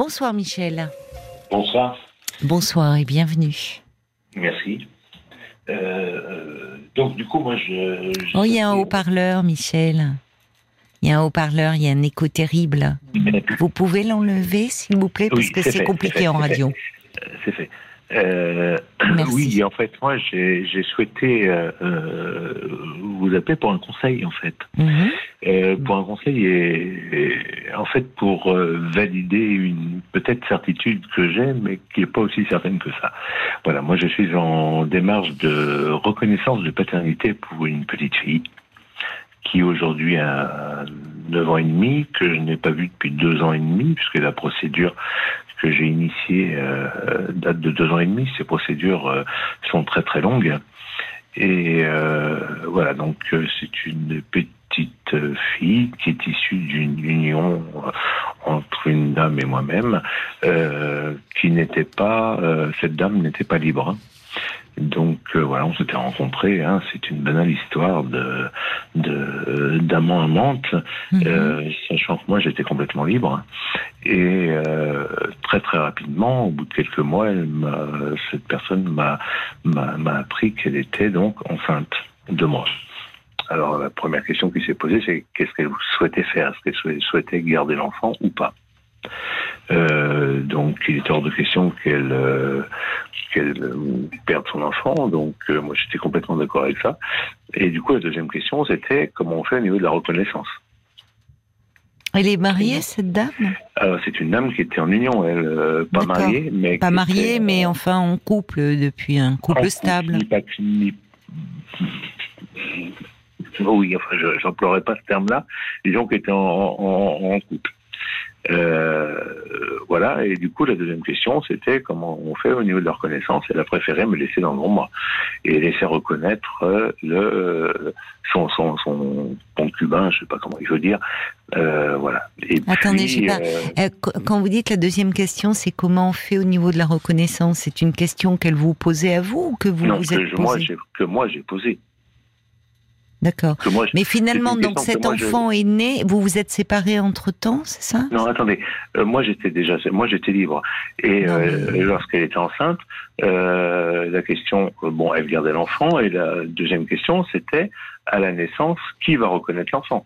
Bonsoir Michel. Bonsoir. Bonsoir et bienvenue. Merci. Donc du coup, moi Oh, il y a un haut-parleur, Michel. Il y a un haut-parleur, il y a un écho terrible. Vous pouvez l'enlever, s'il vous plaît, parce que c'est compliqué en radio. C'est fait. Merci. Oui, en fait, moi, j'ai souhaité vous appeler pour un conseil, en fait. Pour un conseil et en fait, pour valider une peut-être certitude que j'ai, mais qui n'est pas aussi certaine que ça. Voilà, moi, je suis en démarche de reconnaissance de paternité pour une petite fille qui aujourd'hui a 9 ans et demi, que je n'ai pas vue depuis 2 ans et demi, puisque la procédure que j'ai initiée date de 2 ans et demi. Ces procédures sont très très longues. Et voilà, donc c'est une petite fille qui est issue d'une union entre une dame et moi-même, qui n'était pas, cette dame n'était pas libre. Donc voilà, on s'était rencontrés. Hein, c'est une banale histoire d'amant-amante, sachant que moi j'étais complètement libre. Et très très rapidement, au bout de quelques mois, cette personne m'a appris qu'elle était donc enceinte de moi. Alors la première question qui s'est posée, c'est qu'est-ce qu'elle souhaitait faire? Est-ce qu'elle souhaitait garder l'enfant ou pas? Donc il est hors de question qu'elle perde son enfant, donc moi j'étais complètement d'accord avec ça. Et du coup la deuxième question, c'était comment on fait au niveau de la reconnaissance. Elle est mariée, cette dame? Alors c'est une dame qui était en union, elle, pas mariée, mais pas mariée, mais enfin en couple, depuis un couple stable. Oui, enfin j'emploierais pas ce terme-là, disons qu'elle était en couple. Voilà, et du coup la deuxième question c'était comment on fait au niveau de la reconnaissance. Elle a préféré me laisser dans l'ombre et laisser reconnaître son concubin, je sais pas comment il faut dire, voilà. Et attendez, puis, quand vous dites la deuxième question, c'est comment on fait au niveau de la reconnaissance, c'est une question qu'elle vous posait à vous ou que vous vous êtes posée? Que moi j'ai posé. D'accord. Mais finalement, donc cet enfant est né, vous vous êtes séparés entre-temps, c'est ça? Non, attendez. Moi, j'étais libre. Et lorsqu'elle était enceinte, la question, bon, elle gardait l'enfant. Et la deuxième question, c'était, à la naissance, qui va reconnaître l'enfant?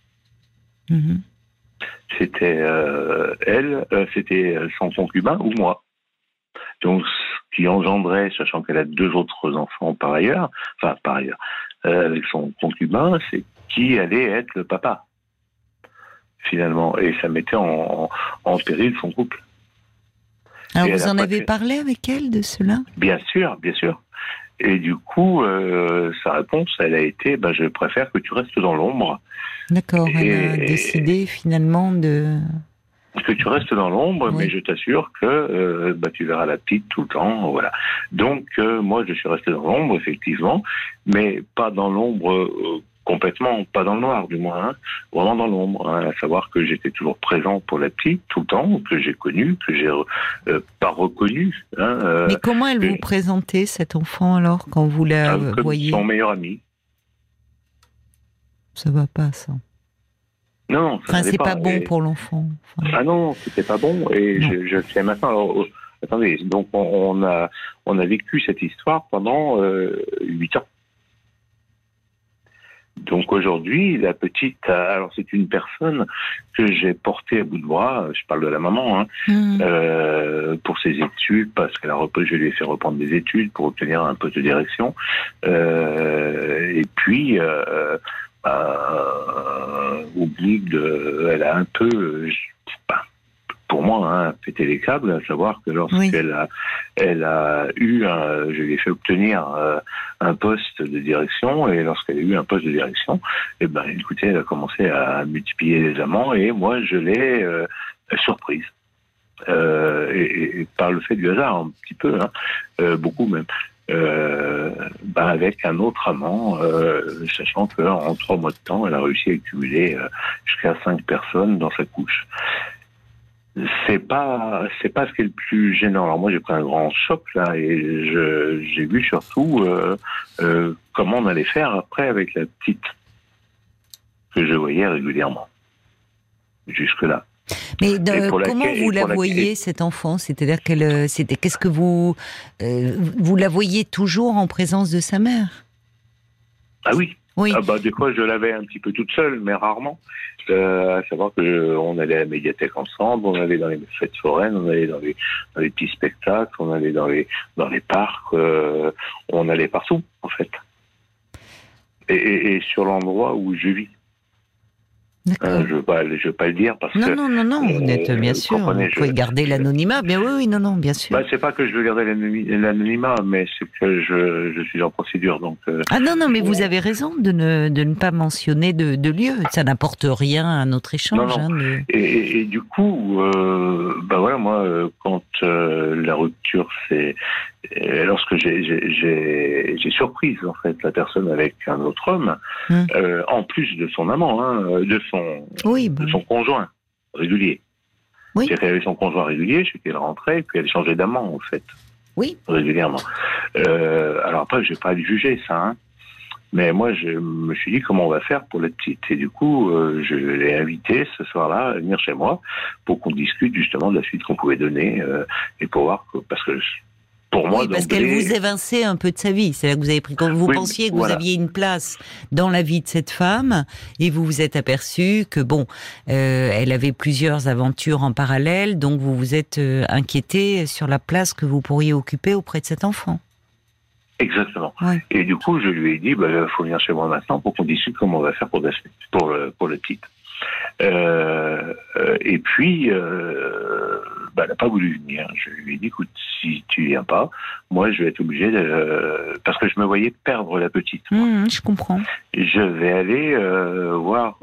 C'était c'était son concubin ou moi. Donc, ce qui engendrait, sachant qu'elle a 2 autres enfants par ailleurs, avec son concubin, c'est qui allait être le papa, finalement. Et ça mettait en péril son couple. Alors, vous en avez parlé avec elle de cela? Bien sûr, bien sûr. Et du coup, sa réponse, elle a été, je préfère que tu restes dans l'ombre. D'accord, elle a décidé finalement de... Que tu restes dans l'ombre, oui. Mais je t'assure que tu verras la petite tout le temps, voilà. Donc moi je suis resté dans l'ombre effectivement, mais pas dans l'ombre complètement, pas dans le noir du moins, hein, vraiment dans l'ombre, hein, à savoir que j'étais toujours présent pour la petite tout le temps, que j'ai connue, que j'ai pas reconnue. Hein, mais comment elle vous présentait cet enfant alors quand vous la voyez? Son meilleur ami. Ça va pas ça. Non, enfin, c'est pas bon pour l'enfant. Enfin... Ah non, c'était pas bon. Et je le sais maintenant. Alors, attendez, donc on a vécu cette histoire pendant 8 ans. Donc aujourd'hui, la petite, alors c'est une personne que j'ai portée à bout de bras, je parle de la maman, pour ses études, parce je lui ai fait reprendre des études pour obtenir un poste de direction. Et puis... au bout elle a un peu, pour moi, pété les câbles, à savoir que lorsqu'elle a eu, je lui ai fait obtenir un poste de direction, et lorsqu'elle a eu un poste de direction, écoutez, elle a commencé à multiplier les amants, et moi je l'ai surprise. Et par le fait du hasard, un petit peu, beaucoup même. Avec un autre amant, sachant qu'en 3 mois de temps, elle a réussi à accumuler jusqu'à 5 personnes dans sa couche. C'est pas ce qui est le plus gênant. Alors moi, j'ai pris un grand choc là, et j'ai vu surtout comment on allait faire après avec la petite que je voyais régulièrement. Jusque là. Mais comment vous la voyez, cette enfant? C'est-à-dire qu'est-ce que vous la voyez toujours en présence de sa mère? Ah oui. Oui. Des fois, je l'avais un petit peu toute seule, mais rarement. À savoir qu'on allait à la médiathèque ensemble, on allait dans les fêtes foraines, on allait dans les petits spectacles, on allait dans les parcs, on allait partout, en fait. Et sur l'endroit où je vis. Je veux pas le dire parce que... Non, vous n'êtes bien sûr, vous pouvez garder l'anonymat, bien oui, non, bien sûr. C'est pas que je veux garder l'anonymat, mais c'est que je suis en procédure, donc... non, mais vous avez raison de ne pas mentionner de lieu, ça n'apporte rien à notre échange. Non. Et du coup, moi, quand la rupture, c'est... Lorsque j'ai surprise, en fait, la personne avec un autre homme, en plus de son amant, de son conjoint régulier. Oui. J'ai fait avec son conjoint régulier, je sais qu'elle rentrait, puis elle changeait d'amant, en fait. Oui. Régulièrement. Alors après, je vais pas le juger, ça, mais moi, je me suis dit comment on va faire pour la petite. Et du coup, je l'ai invitée ce soir-là à venir chez moi pour qu'on discute justement de la suite qu'on pouvait donner et pour voir parce que pour moi, parce qu'elle vous évinçait un peu de sa vie. C'est-à-dire que vous avez pris, vous pensiez que vous aviez une place dans la vie de cette femme, et vous vous êtes aperçu que elle avait plusieurs aventures en parallèle, donc vous vous êtes inquiété sur la place que vous pourriez occuper auprès de cet enfant. Exactement. Oui. Et du coup, je lui ai dit, faut venir chez moi maintenant pour qu'on discute comment on va faire pour le petite. Et puis, elle n'a pas voulu venir. Je lui ai dit, écoute, si tu viens pas, moi, je vais être obligé parce que je me voyais perdre la petite. Je comprends. Je vais aller voir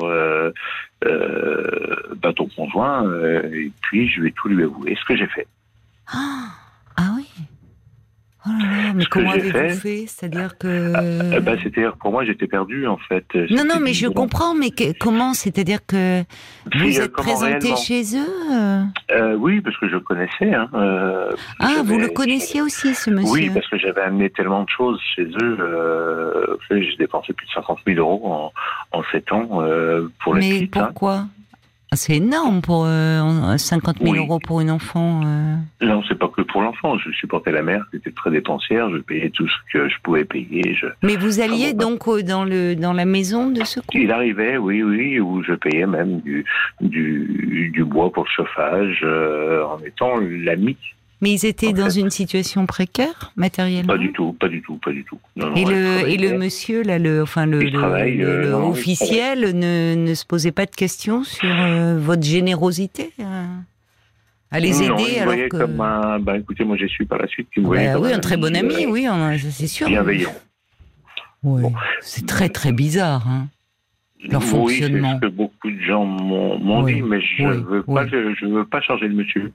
ton conjoint et puis je vais tout lui avouer. Ce que j'ai fait. Ah oui. Oh là là, mais comment avez-vous fait? C'est-à-dire que... c'est-à-dire pour moi, j'étais perdu, en fait. Non, mais je comprends, mais comment? C'est-à-dire que vous êtes présenté chez eux Oui, parce que je connaissais. Vous le connaissiez aussi, ce monsieur? Oui, parce que j'avais amené tellement de choses chez eux. J'ai dépensé plus de 50 000 € en 7 ans pour la petite. Mais pourquoi C'est énorme pour 50 000 € pour une enfant. Non, c'est pas que pour l'enfant. Je supportais la mère qui était très dépensière. Je payais tout ce que je pouvais payer. Mais vous alliez donc dans la maison de ce couple? Il arrivait, oui, où je payais même du bois pour le chauffage en étant l'ami. Mais ils étaient dans une situation précaire, matériellement? Pas du tout. Non, et le monsieur, là, le officiel, ne se posait pas de questions sur votre générosité à les aider? Non, il me voyait comme un... écoutez, moi j'ai su par la suite qu'il me voyait comme un très bon ami, c'est sûr. Bienveillant. Oui, c'est très très bizarre, leur fonctionnement. C'est ce que beaucoup de gens m'ont dit, mais je veux pas charger le monsieur.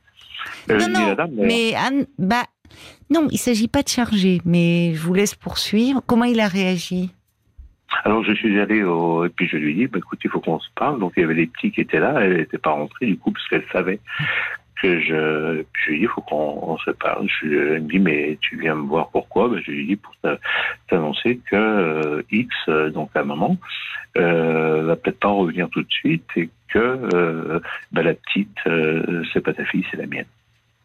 Non, il s'agit pas de charger, mais je vous laisse poursuivre. Comment il a réagi? Alors je suis allé et puis je lui ai dit, écoute, il faut qu'on se parle. Donc il y avait les petits qui étaient là, elle n'était pas rentrée du coup parce qu'elle savait que je lui ai dit, il faut qu'on se parle. Elle me dit, mais tu viens me voir pourquoi? Je lui ai dit, pour t'annoncer que X, donc la maman, va peut-être pas revenir tout de suite et que la petite, c'est pas ta fille, c'est la mienne.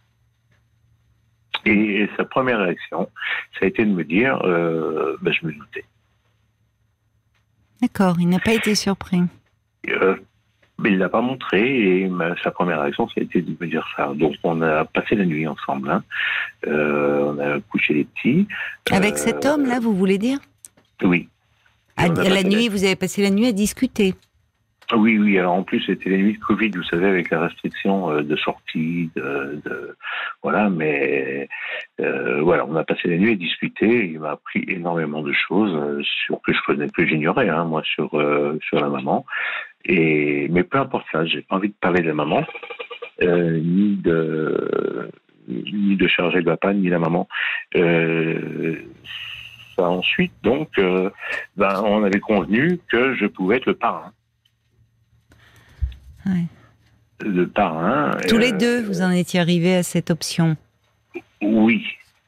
Et sa première réaction, ça a été de me dire, je me doutais. D'accord, il n'a pas été surpris. Mais il ne l'a pas montré et sa première réaction, ça a été de me dire ça. Donc on a passé la nuit ensemble. On a couché les petits. Avec cet homme-là, vous voulez dire? Oui. La nuit, vous avez passé la nuit à discuter? Oui. Alors en plus, c'était les nuits de Covid, vous savez, avec la restriction de sortie, voilà. Mais on a passé la nuit à discuter. Il m'a appris énormément de choses que j'ignorais, moi, sur la maman. Mais peu importe ça, j'ai pas envie de parler de la maman, ni de charger le papa, ni la maman. Ensuite, donc, on avait convenu que je pouvais être le parrain. Ouais. Le parrain. Tous les deux, vous en étiez arrivés à cette option? Oui.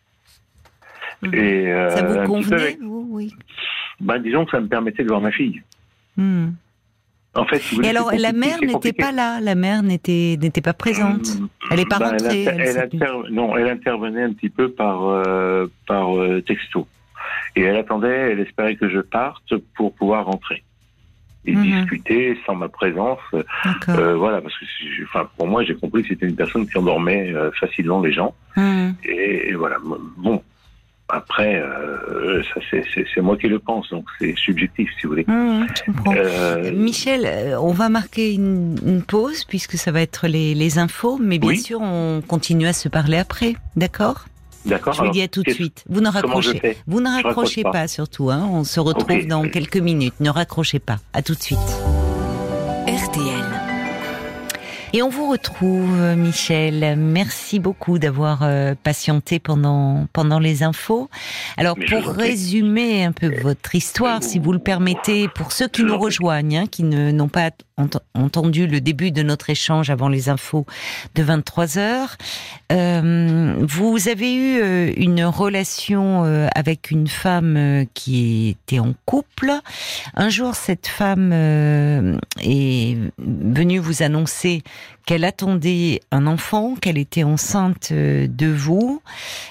Et, ça vous convenait, vous? Oui. Disons que ça me permettait de voir ma fille. En fait, et alors, la mère n'était pas là, la mère n'était pas présente. Elle n'est pas rentrée. Elle intervenait un petit peu par texto. Et elle attendait, elle espérait que je parte pour pouvoir rentrer. Et discuter sans ma présence. Voilà, parce que pour moi, j'ai compris que c'était une personne qui endormait facilement les gens. Et voilà, bon. Après, ça c'est moi qui le pense, donc c'est subjectif, si vous voulez. Je comprends. Michel, on va marquer une pause, puisque ça va être les infos, mais bien sûr, on continue à se parler après, d'accord ? D'accord. Je vous dis à tout de suite. Vous ne raccrochez pas surtout, hein. On se retrouve dans quelques minutes. Ne raccrochez pas. À tout de suite. RTL. Et on vous retrouve, Michel. Merci beaucoup d'avoir patienté pendant les infos. Alors, pour résumer un peu votre histoire, si vous le permettez, pour ceux qui nous rejoignent, hein, qui n'ont pas entendu le début de notre échange avant les infos de 23h, vous avez eu une relation avec une femme qui était en couple. Un jour, cette femme est venue vous annoncer qu'elle attendait un enfant, qu'elle était enceinte de vous.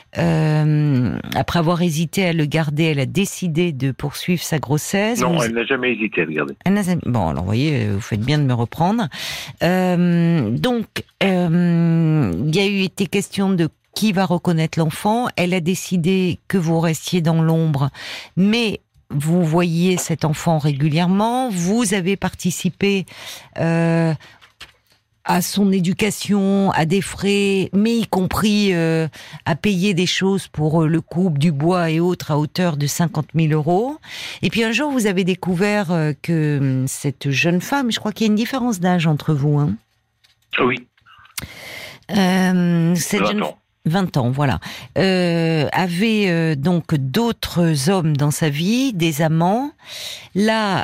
Après avoir hésité à le garder, elle a décidé de poursuivre sa grossesse. Non, elle n'a jamais hésité à le garder. Bon, alors vous voyez, vous faites bien de me reprendre. Donc, il y a eu été question de qui va reconnaître l'enfant. Elle a décidé que vous restiez dans l'ombre, mais vous voyez cet enfant régulièrement. Vous avez participé à son éducation, à des frais, mais y compris à payer des choses pour le couple, du bois et autres à hauteur de 50 000 €. Et puis un jour, vous avez découvert que cette jeune femme, je crois qu'il y a une différence d'âge entre vous, hein ? Oui. Cette 20 ans, voilà. Avait donc d'autres hommes dans sa vie, des amants. Là,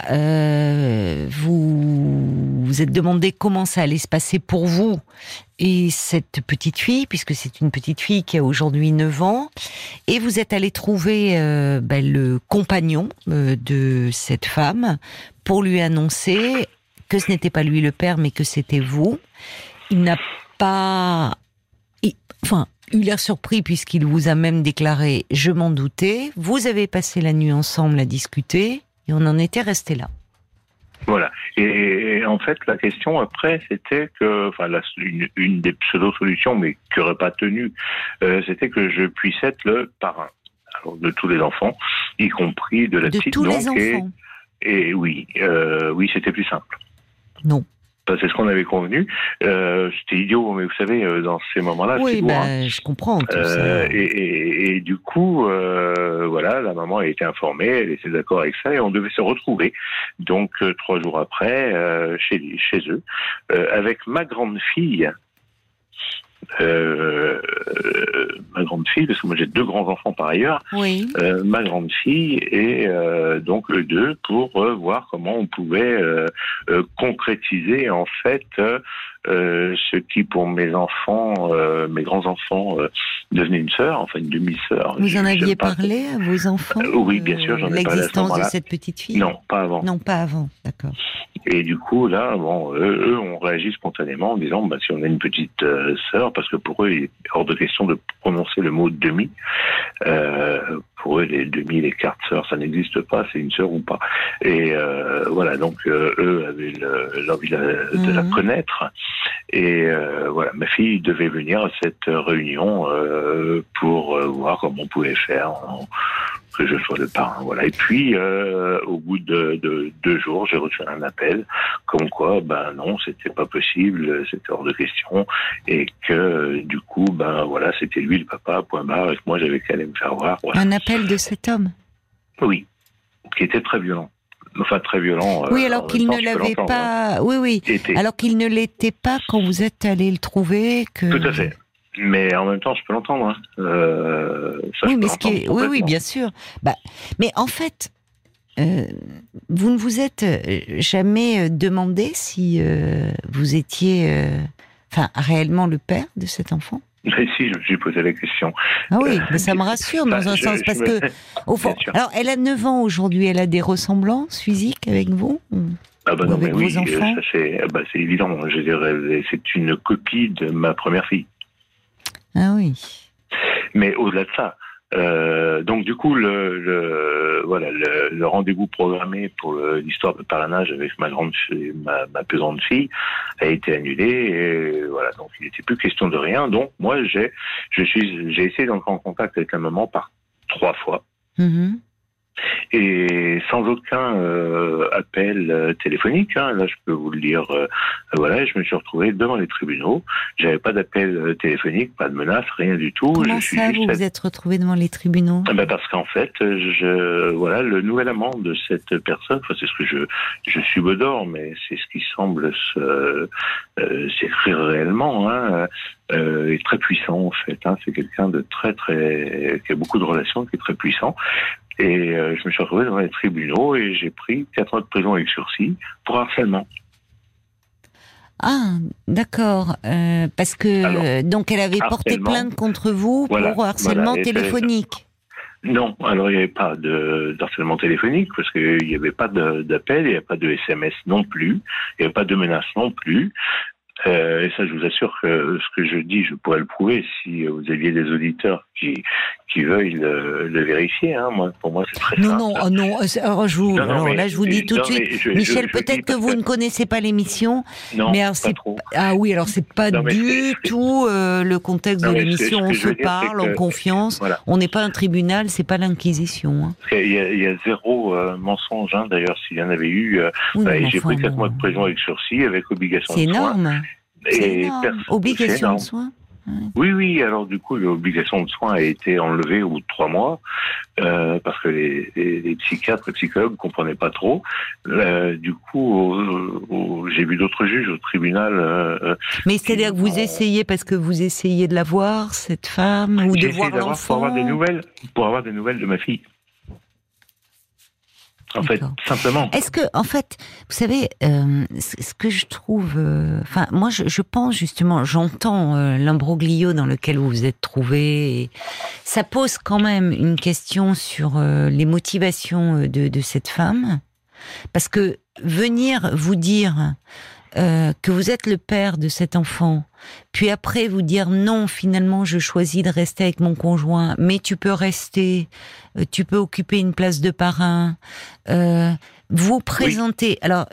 vous êtes demandé comment ça allait se passer pour vous et cette petite fille, puisque c'est une petite fille qui a aujourd'hui 9 ans. Et vous êtes allé trouver le compagnon de cette femme pour lui annoncer que ce n'était pas lui le père, mais que c'était vous. Il n'a pas... eu l'air surpris puisqu'il vous a même déclaré « je m'en doutais ». Vous avez passé la nuit ensemble à discuter et on en était resté là. Voilà. Et en fait, la question après, c'était que, une des pseudo-solutions, mais qui n'aurait pas tenu, c'était que je puisse être le parrain. Alors, de tous les enfants, y compris de la petite. De tous les enfants. Et oui, c'était plus simple. Non. C'est ce qu'on avait convenu. C'était idiot, mais vous savez, dans ces moments-là, oui, je comprends tout ça. Et du coup, la maman a été informée, elle était d'accord avec ça, et on devait se retrouver. Donc 3 jours après, chez eux, avec ma grande fille. Ma grande fille, parce que moi j'ai 2 grands enfants par ailleurs, oui. Ma grande fille et donc eux deux pour voir comment on pouvait concrétiser en fait ce qui pour mes enfants, mes grands enfants devenait une sœur, enfin une demi-sœur. Vous en aviez parlé à vos enfants oui, bien sûr, j'en ai parlé à ce moment-là. L'existence de cette petite fille? Non, pas avant. Non, pas avant, d'accord. Et du coup, là, eux ont réagi spontanément en disant, si on a une petite sœur, parce que pour eux, il est hors de question de prononcer le mot demi. Pour eux, les demi, les quarts sœurs, ça n'existe pas, c'est une sœur ou pas. Et donc eux avaient l'envie de la connaître. Et ma fille devait venir à cette réunion pour voir comment on pouvait faire que je sois le parrain. Voilà. Et puis, au bout de 2 jours, j'ai reçu un appel comme quoi, non, c'était pas possible, c'était hors de question, et que du coup, c'était lui le papa, point barre, et que moi j'avais qu'à aller me faire voir. Voilà. Un appel de cet homme? Oui, qui était très violent. Enfin, très violent. Oui, alors qu'il ne l'avait pas. Oui. Alors qu'il ne l'était pas quand vous êtes allé le trouver. Tout à fait. Mais en même temps, je peux l'entendre. Oui, bien sûr. Mais en fait, vous ne vous êtes jamais demandé si vous étiez, réellement le père de cet enfant? Mais si, je me suis posé la question. Ah oui, mais ça me rassure dans un sens, au fond. Alors, elle a 9 ans aujourd'hui, elle a des ressemblances physiques avec vous? Ah bah non, avec mais oui, vos enfants? C'est évident. Je dirais, c'est une copie de ma première fille. Ah oui. Mais au-delà de ça, donc du coup, le rendez-vous programmé pour l'histoire de parrainage avec ma plus grande fille a été annulé. Et voilà, donc il n'était plus question de rien. Donc moi, j'ai essayé d'entrer en contact avec la maman par 3 fois. Mm-hmm. Et sans aucun appel téléphonique, hein, là je peux vous le dire, voilà, je me suis retrouvé devant les tribunaux. J'avais pas d'appel téléphonique, pas de menace, rien du tout. Comment ça, vous vous êtes retrouvé devant les tribunaux? Parce qu'en fait, voilà, le nouvel amant de cette personne, enfin c'est ce que je subodore, mais c'est ce qui semble s'écrire réellement, hein, est très puissant en fait. Hein, c'est quelqu'un de qui a beaucoup de relations, qui est très puissant. Et je me suis retrouvé devant les tribunaux et j'ai pris 4 ans de prison avec sursis pour harcèlement. Ah, d'accord. Parce que donc elle avait porté plainte contre vous pour harcèlement téléphonique. Non, alors il n'y avait pas d'harcèlement téléphonique parce qu'il n'y avait pas d'appel, il n'y avait pas de SMS non plus, il n'y avait pas de menace non plus. Et ça, je vous assure que ce que je dis, je pourrais le prouver si vous aviez des auditeurs qui veuillent le vérifier. Hein. Pour moi, c'est très simple. Non. Alors, je vous dis tout de suite, Michel, peut-être que vous ne connaissez pas l'émission. Non, mais alors, pas trop. Ah oui, alors c'est pas du tout le contexte de l'émission. On se parle en confiance. Voilà. On n'est pas un tribunal, c'est pas l'Inquisition. Hein. Il y a zéro mensonge. Hein. D'ailleurs, s'il y en avait eu, j'ai pris 4 mois de prison avec sursis, avec obligation de soins. C'est énorme. Obligation de soins. Oui. Alors du coup, l'obligation de soins a été enlevée au bout de 3 mois parce que les psychiatres et psychologues ne comprenaient pas trop. Du coup, j'ai vu d'autres juges au tribunal. Mais c'est-à-dire que vous essayez parce que vous essayez de la voir, cette femme, ou de voir l'enfant. Pour avoir des nouvelles de ma fille. En fait, simplement. Est-ce que, en fait, vous savez, ce que je trouve, moi, je pense justement, j'entends l'imbroglio dans lequel vous vous êtes trouvé. Et ça pose quand même une question sur les motivations de cette femme, parce que venir vous dire que vous êtes le père de cet enfant, puis après vous dire non, finalement je choisis de rester avec mon conjoint, mais tu peux rester, tu peux occuper une place de parrain, vous présenter. Oui. Alors,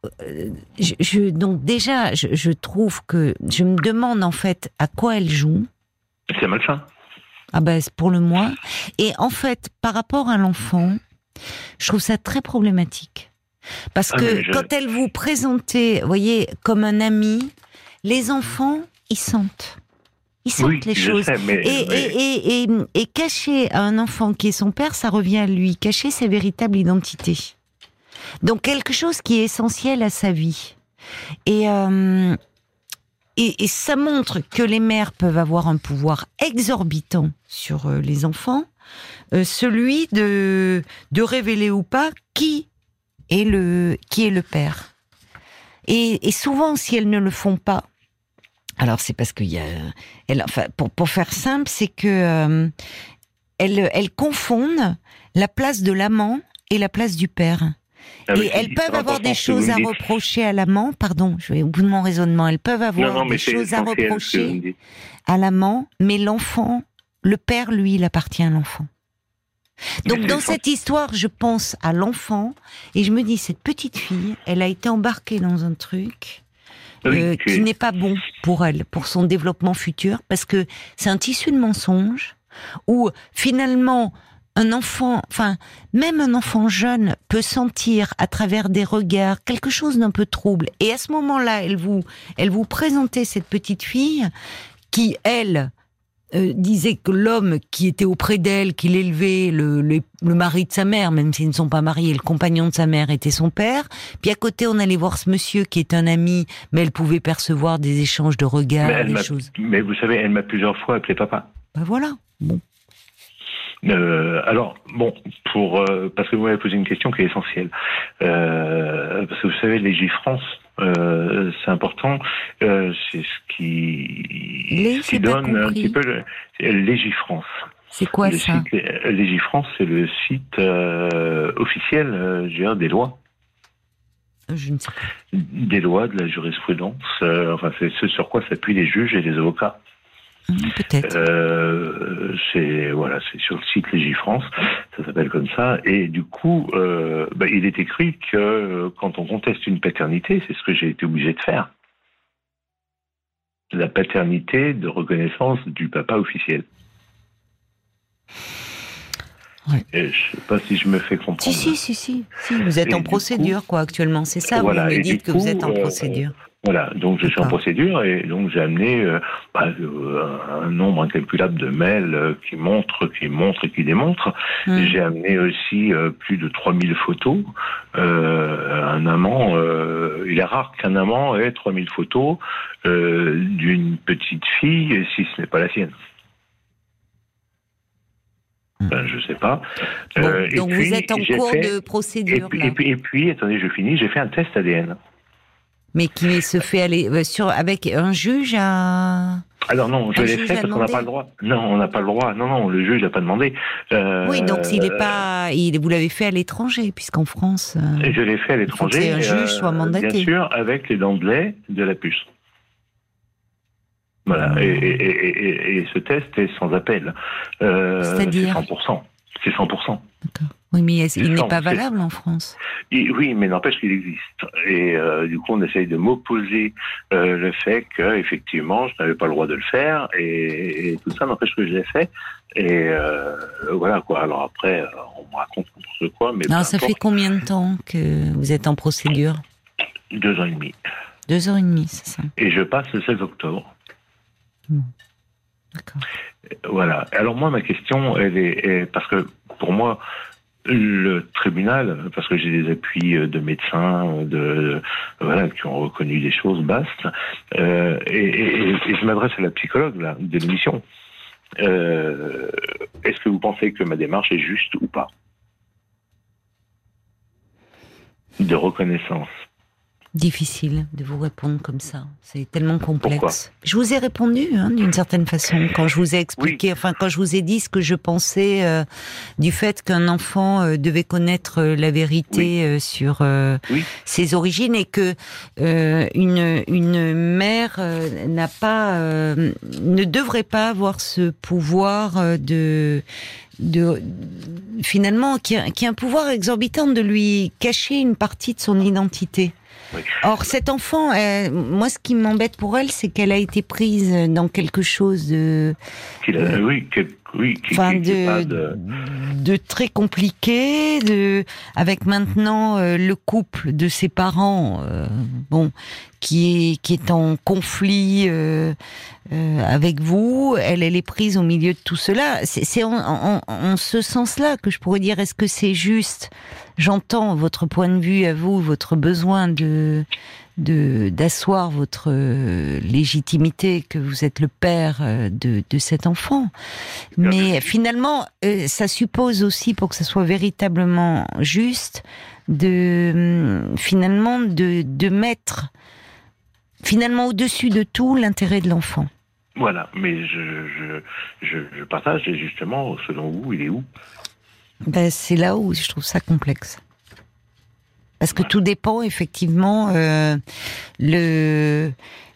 donc déjà, je trouve que je me demande en fait à quoi elle joue. C'est malsain. Ah ben pour le moins. Et en fait, par rapport à l'enfant, je trouve ça très problématique. Parce que quand elle vous présentait, vous voyez, comme un ami, les enfants, ils sentent les choses. Sais, et cacher à un enfant qui est son père, ça revient à lui, cacher sa véritable identité. Donc quelque chose qui est essentiel à sa vie. Et ça montre que les mères peuvent avoir un pouvoir exorbitant sur les enfants, celui de révéler ou pas qui est le père. Et souvent, si elles ne le font pas, alors c'est parce qu'il y a, pour faire simple, c'est que elles confondent la place de l'amant et la place du père. Et elles peuvent avoir des choses à reprocher à l'amant. Pardon, je vais au bout de mon raisonnement. Elles peuvent avoir des choses à reprocher à l'amant, mais l'enfant, le père, lui, il appartient à l'enfant. Donc dans cette histoire, je pense à l'enfant et je me dis, cette petite fille, elle a été embarquée dans un truc qui n'est pas bon pour elle, pour son développement futur, parce que c'est un tissu de mensonges où finalement un enfant, même un enfant jeune peut sentir à travers des regards quelque chose d'un peu trouble. Et à ce moment-là, elle vous présentait cette petite fille qui, elle, disait que l'homme qui était auprès d'elle, qui l'élevait, le mari de sa mère, même s'ils ne sont pas mariés, le compagnon de sa mère était son père. Puis à côté, on allait voir ce monsieur qui est un ami, mais elle pouvait percevoir des échanges de regards, des choses. Mais vous savez, elle m'a plusieurs fois appelé papa. Ben voilà. Bon. Alors, parce que vous m'avez posé une question qui est essentielle. Parce que vous savez, Légifrance, c'est important. C'est ce qui donne un petit peu Légifrance. C'est quoi ça? Légifrance, c'est le site officiel, des lois. Je ne sais pas. Des lois, de la jurisprudence. Enfin, c'est ce sur quoi s'appuient les juges et les avocats. Peut-être. C'est sur le site Légifrance, ça s'appelle comme ça. Et du coup, il est écrit que quand on conteste une paternité, c'est ce que j'ai été obligé de faire. La paternité de reconnaissance du papa officiel. Ouais. Et je ne sais pas si je me fais comprendre. Si. Vous êtes en procédure, actuellement. C'est ça, vous me dites que vous êtes en procédure. Voilà, donc je suis en procédure et donc j'ai amené un nombre incalculable de mails qui montrent et qui démontrent. Et j'ai amené aussi plus de 3000 photos. Un amant, il est rare qu'un amant ait 3000 photos d'une petite fille, si ce n'est pas la sienne. Je sais pas. Donc vous êtes en cours de procédure. Et puis, attendez, je finis, j'ai fait un test ADN. Mais qui se fait aller avec un juge à... Alors non, je l'ai fait parce qu'on n'a pas le droit. Non, on n'a pas le droit. Non, le juge n'a pas demandé. Oui, donc s'il est pas, vous l'avez fait à l'étranger, puisqu'en France. Je l'ai fait à l'étranger. Il faut que un juge soit mandaté. Bien sûr, avec les dents de lait de la puce. Voilà. Et ce test est sans appel. C'est-à-dire c'est 100%. C'est 100%. D'accord. Oui, mais il n'est pas valable en France. Oui, mais n'empêche qu'il existe. Et du coup, on essaye de m'opposer le fait qu'effectivement, je n'avais pas le droit de le faire. Et tout ça n'empêche que je l'ai fait. Et voilà, quoi. Alors après, on me raconte n'importe quoi. Mais alors, ça fait combien de temps que vous êtes en procédure ? 2 ans et demi. 2 ans et demi, c'est ça. Et je passe le 16 octobre. D'accord. Voilà. Alors moi, ma question, elle est parce que pour moi, le tribunal, parce que j'ai des appuis de médecins, qui ont reconnu des choses vastes, et je m'adresse à la psychologue là, de l'émission. Est-ce que vous pensez que ma démarche est juste ou pas de reconnaissance? Difficile de vous répondre comme ça. C'est tellement complexe. Pourquoi ? Je vous ai répondu d'une certaine façon quand je vous ai expliqué, quand je vous ai dit ce que je pensais du fait qu'un enfant devait connaître la vérité sur ses origines et que une mère ne devrait pas avoir ce pouvoir finalement qui a un pouvoir exorbitant de lui cacher une partie de son identité. Oui. Or, cet enfant, moi, ce qui m'embête pour elle, c'est qu'elle a été prise dans quelque chose de très compliqué, avec maintenant le couple de ses parents, qui est en conflit avec vous. Elle est prise au milieu de tout cela. C'est en ce sens-là que je pourrais dire, est-ce que c'est juste? J'entends votre point de vue à vous, votre besoin d'asseoir votre légitimité, que vous êtes le père de cet enfant. Mais finalement, ça suppose aussi, pour que ça soit véritablement juste, de mettre finalement au-dessus de tout l'intérêt de l'enfant. Voilà, mais je partage, et justement, selon vous, il est où ? C'est là où je trouve ça complexe. Parce que tout dépend, effectivement, le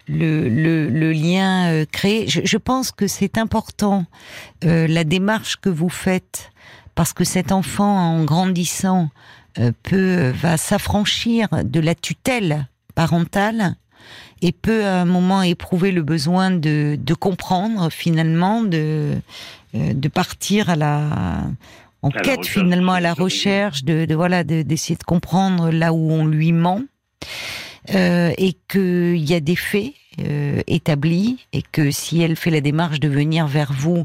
lien créé. Je pense que c'est important, la démarche que vous faites, parce que cet enfant, en grandissant, va s'affranchir de la tutelle parentale et peut à un moment éprouver le besoin de comprendre, finalement, de partir en quête finalement à la recherche d'essayer de comprendre là où on lui ment, et qu'il y a des faits établis, et que si elle fait la démarche de venir vers vous,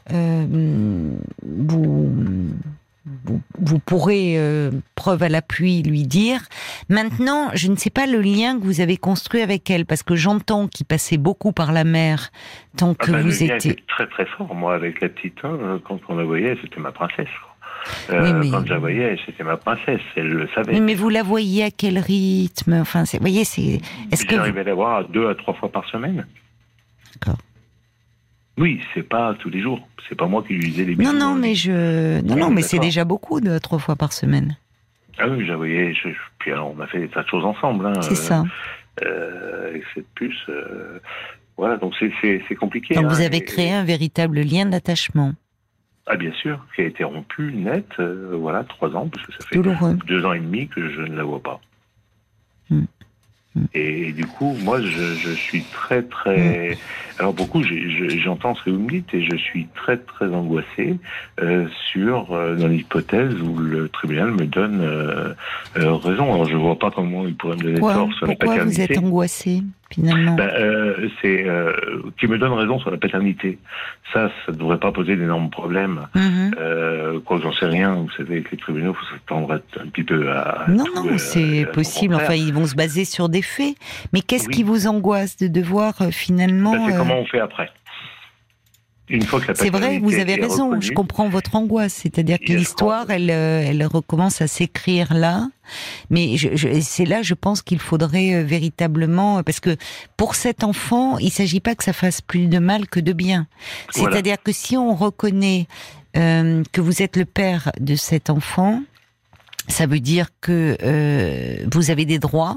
vous pourrez, preuve à l'appui, lui dire. Maintenant, je ne sais pas le lien que vous avez construit avec elle, parce que j'entends qu'il passait beaucoup par la mère tant que vous étiez... était très très fort, moi, avec la petite, quand on la voyait, c'était ma princesse. Quand je la voyais, c'était ma princesse, elle le savait. Mais vous la voyez à quel rythme? Enfin, j'arrivais à la voir 2 à 3 fois par semaine. D'accord. Oui, c'est pas tous les jours. C'est pas moi qui lui disais les bisous. Non, mais c'est déjà beaucoup, 2 à 3 fois par semaine. Ah oui, je la voyais Puis alors, on a fait des tas de choses ensemble. Hein, c'est ça. Avec cette puce. Voilà, donc c'est compliqué. Donc vous avez créé un véritable lien d'attachement. Ah bien sûr, qui a été rompu, net, 3 ans, parce que ça fait douloureux. 2 ans et demi que je ne la vois pas. Et du coup, moi, je suis très, très... Alors, beaucoup, j'entends ce que vous me dites, et je suis très, très angoissé dans l'hypothèse où le tribunal me donne raison. Alors, je vois pas comment il pourrait me donner tort sur la paternité. Pourquoi vous êtes angoissé, finalement? C'est qu'il me donne raison sur la paternité. Ça ne devrait pas poser d'énormes problèmes. Quoi que j'en sais rien, vous savez, avec les tribunaux, il faut s'attendre un petit peu à... Non, c'est possible. Enfin, ils vont se baser sur des faits. Mais qu'est-ce qui vous angoisse de devoir finalement... C'est comment on fait après. Une fois que la paternité c'est vrai, vous avez raison. reconnue, je comprends votre angoisse. C'est-à-dire que l'histoire, elle recommence à s'écrire là. Mais c'est là, je pense qu'il faudrait véritablement... Parce que pour cet enfant, il ne s'agit pas que ça fasse plus de mal que de bien. C'est-à-dire que si on reconnaît que vous êtes le père de cet enfant, ça veut dire que vous avez des droits.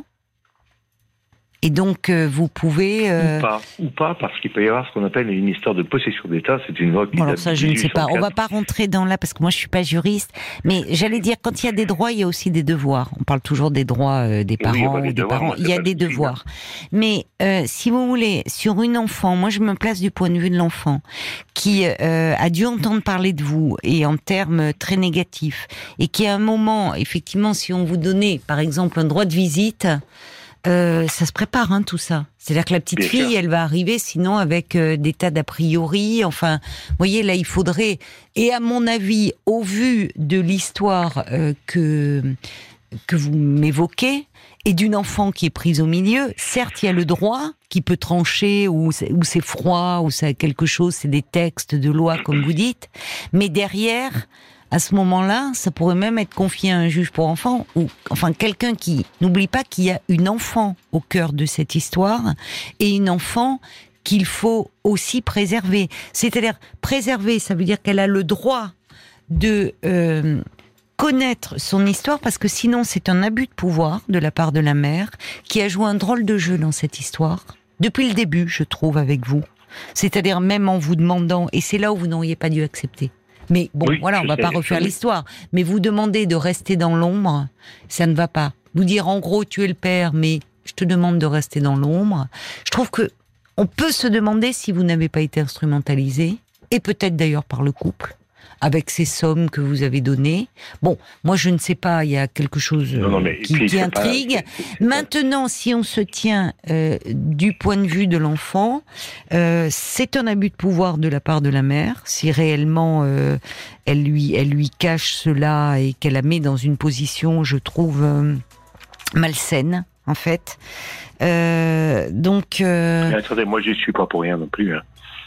Et donc, vous pouvez... Ou pas, parce qu'il peut y avoir ce qu'on appelle une histoire de possession d'État. C'est une loi qui alors ça, je ne sais pas. On va pas rentrer dans là, parce que moi, je suis pas juriste. Mais j'allais dire, quand il y a des droits, il y a aussi des devoirs. On parle toujours des droits des parents ou des parents. Il y a des devoirs. Mais si vous voulez, sur une enfant, moi, je me place du point de vue de l'enfant, qui a dû entendre parler de vous, et en termes très négatifs, et qui à un moment, effectivement, si on vous donnait, par exemple, un droit de visite... ça se prépare, tout ça. C'est-à-dire que la petite fille, elle va arriver, sinon avec des tas d'a priori. Enfin, vous voyez, là, il faudrait... Et à mon avis, au vu de l'histoire que vous m'évoquez, et d'une enfant qui est prise au milieu, certes, il y a le droit qui peut trancher, ou c'est froid, ou c'est quelque chose, c'est des textes de loi, comme vous dites, mais derrière... À ce moment-là, ça pourrait même être confié à un juge pour enfants, ou enfin quelqu'un qui... N'oublie pas qu'il y a une enfant au cœur de cette histoire, et une enfant qu'il faut aussi préserver. C'est-à-dire, préserver, ça veut dire qu'elle a le droit de connaître son histoire, parce que sinon c'est un abus de pouvoir de la part de la mère, qui a joué un drôle de jeu dans cette histoire, depuis le début, je trouve, avec vous. C'est-à-dire même en vous demandant, et c'est là où vous n'auriez pas dû accepter. Mais bon, voilà, on va pas refaire l'histoire. Mais vous demander de rester dans l'ombre, ça ne va pas. Vous dire, en gros, tu es le père, mais je te demande de rester dans l'ombre. Je trouve que on peut se demander si vous n'avez pas été instrumentalisé, et peut-être d'ailleurs par le couple, avec ces sommes que vous avez données. Bon, moi je ne sais pas, il y a quelque chose qui intrigue. Maintenant, si on se tient du point de vue de l'enfant, c'est un abus de pouvoir de la part de la mère, si réellement elle lui cache cela et qu'elle la met dans une position, je trouve, malsaine, en fait. Donc... Mais attendez, moi je ne suis pas pour rien non plus.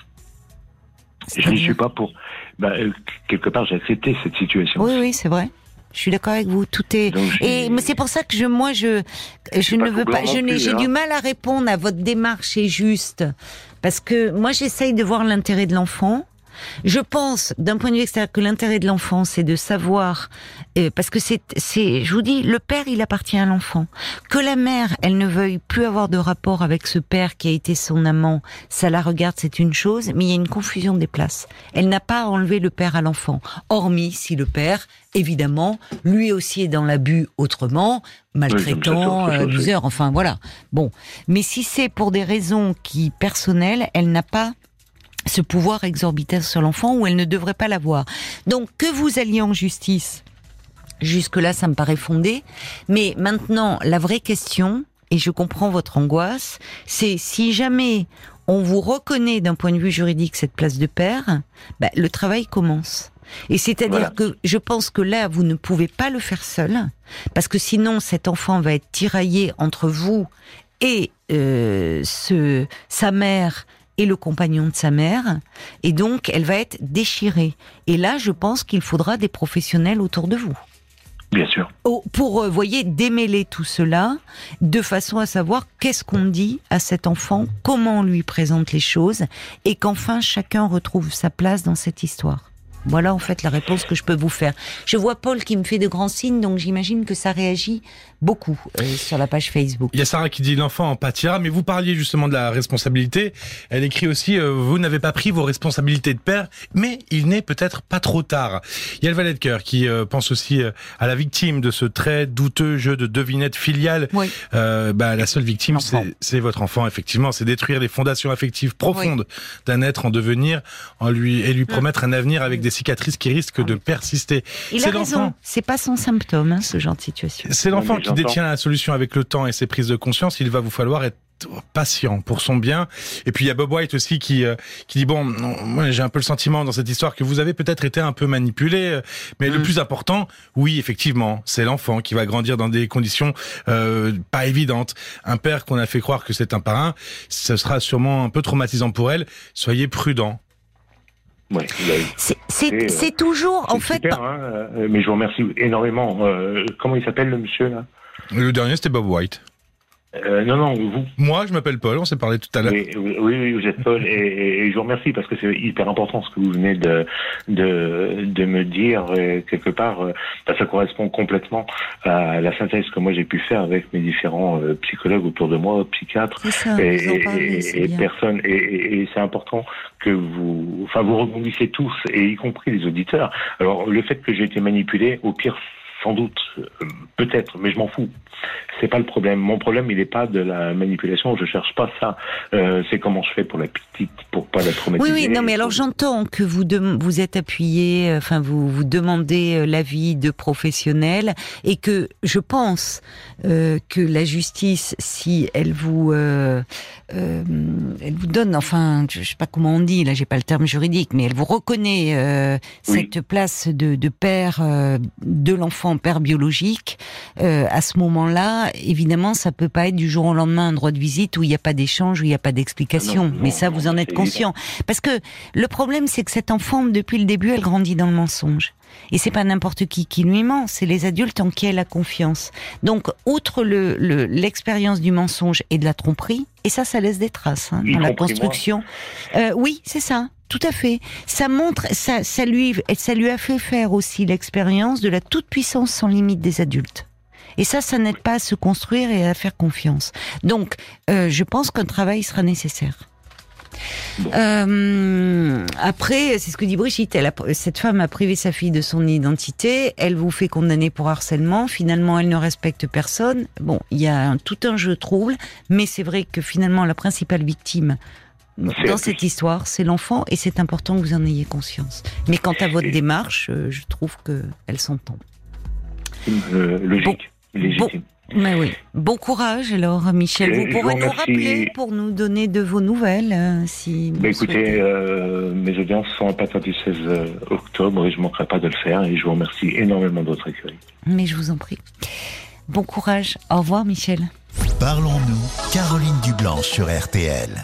Je n'y suis pas pour... quelque part, j'ai accepté cette situation. Oui, c'est vrai. Je suis d'accord avec vous. Tout est. Mais c'est pour ça que je ne veux pas. J'ai du mal à répondre à votre démarche est juste, parce que moi j'essaye de voir l'intérêt de l'enfant. Je pense, d'un point de vue extérieur, que l'intérêt de l'enfant, c'est de savoir, parce que je vous dis, le père, il appartient à l'enfant. Que la mère, elle ne veuille plus avoir de rapport avec ce père qui a été son amant, ça la regarde, c'est une chose, mais il y a une confusion des places. Elle n'a pas enlevé le père à l'enfant, hormis si le père, évidemment, lui aussi est dans l'abus autrement, maltraitant, abuseur, enfin voilà. Bon, mais si c'est pour des raisons personnelles, elle n'a pas ce pouvoir exorbitant sur l'enfant, ou elle ne devrait pas l'avoir. Donc, que vous alliez en justice, jusque-là, ça me paraît fondé. Mais maintenant, la vraie question, et je comprends votre angoisse, c'est si jamais on vous reconnaît d'un point de vue juridique cette place de père, le travail commence. Et c'est-à-dire que je pense que là, vous ne pouvez pas le faire seul, parce que sinon, cet enfant va être tiraillé entre vous et sa mère et le compagnon de sa mère, et donc elle va être déchirée. Et là, je pense qu'il faudra des professionnels autour de vous. Bien sûr. Pour, voyez, démêler tout cela, de façon à savoir qu'est-ce qu'on dit à cet enfant, comment on lui présente les choses, et qu'enfin chacun retrouve sa place dans cette histoire. Voilà en fait la réponse que je peux vous faire. Je vois Paul qui me fait de grands signes, donc j'imagine que ça réagit beaucoup sur la page Facebook. Il y a Sarah qui dit l'enfant en pâtira, mais vous parliez justement de la responsabilité. Elle écrit aussi vous n'avez pas pris vos responsabilités de père, mais il n'est peut-être pas trop tard. Il y a le valet de cœur qui pense aussi à la victime de ce très douteux jeu de devinette filiale. Oui. La seule victime, c'est votre enfant, effectivement. C'est détruire les fondations affectives profondes d'un être en devenir et lui promettre un avenir avec des cicatrices qui risquent de persister. Il a raison. C'est pas son symptôme, ce genre de situation. C'est l'enfant qui détient la solution avec le temps et ses prises de conscience. Il va vous falloir être patient pour son bien. Et puis il y a Bob White aussi qui dit moi j'ai un peu le sentiment dans cette histoire que vous avez peut-être été un peu manipulé, mais le plus important, oui effectivement, c'est l'enfant qui va grandir dans des conditions pas évidentes. Un père qu'on a fait croire que c'est un parrain, ce sera sûrement un peu traumatisant pour elle. Soyez prudent. Ouais, c'est toujours en fait. Super, mais je vous remercie énormément. Comment il s'appelle le monsieur là? Le dernier c'était Bob White. Non, vous. Moi, je m'appelle Paul, on s'est parlé tout à l'heure. Oui, vous êtes Paul, et je vous remercie parce que c'est hyper important ce que vous venez de me dire, quelque part, ça correspond complètement à la synthèse que moi j'ai pu faire avec mes différents psychologues autour de moi, psychiatres, et personnes, et c'est important que vous rebondissez tous, et y compris les auditeurs. Alors, le fait que j'ai été manipulé, au pire, sans doute, peut-être, mais je m'en fous. C'est pas le problème. Mon problème, il n'est pas de la manipulation. Je cherche pas ça. C'est comment je fais pour la petite, pour pas la traumatiser. Oui, non, mais alors j'entends que vous êtes appuyé, enfin vous demandez l'avis de professionnels, et que je pense que la justice, si elle vous donne, enfin, je sais pas comment on dit, là, j'ai pas le terme juridique, mais elle vous reconnaît cette place de père de l'enfant, père biologique. À ce moment-là, évidemment, ça peut pas être du jour au lendemain un droit de visite où il n'y a pas d'échange, où il n'y a pas d'explication. Mais ça, vous en êtes conscient. Parce que le problème, c'est que cette enfant, depuis le début, elle grandit dans le mensonge. Et c'est pas n'importe qui lui ment, c'est les adultes en qui elle a confiance. Donc, outre l'expérience du mensonge et de la tromperie, et ça laisse des traces dans la construction. Oui, c'est ça. Tout à fait. Ça montre, ça lui a fait faire aussi l'expérience de la toute-puissance sans limite des adultes. Et ça n'aide pas à se construire et à faire confiance. Donc, je pense qu'un travail sera nécessaire. Après, c'est ce que dit Brigitte, cette femme a privé sa fille de son identité, elle vous fait condamner pour harcèlement, finalement elle ne respecte personne. Bon, il y a tout un jeu trouble, mais c'est vrai que finalement la principale victime dans cette histoire, c'est l'enfant, et c'est important que vous en ayez conscience. Mais quant à votre démarche, je trouve qu'elle s'entend. Logique, légitime. Mais oui. Bon courage alors, Michel. Vous pourrez nous rappeler pour nous donner de vos nouvelles, si vous écoutez, mes audiences sont à partir du 16 octobre et je ne manquerai pas de le faire, et je vous remercie énormément de votre accueil. Mais je vous en prie. Bon courage. Au revoir, Michel. Parlons-nous, Caroline Dublanche sur RTL.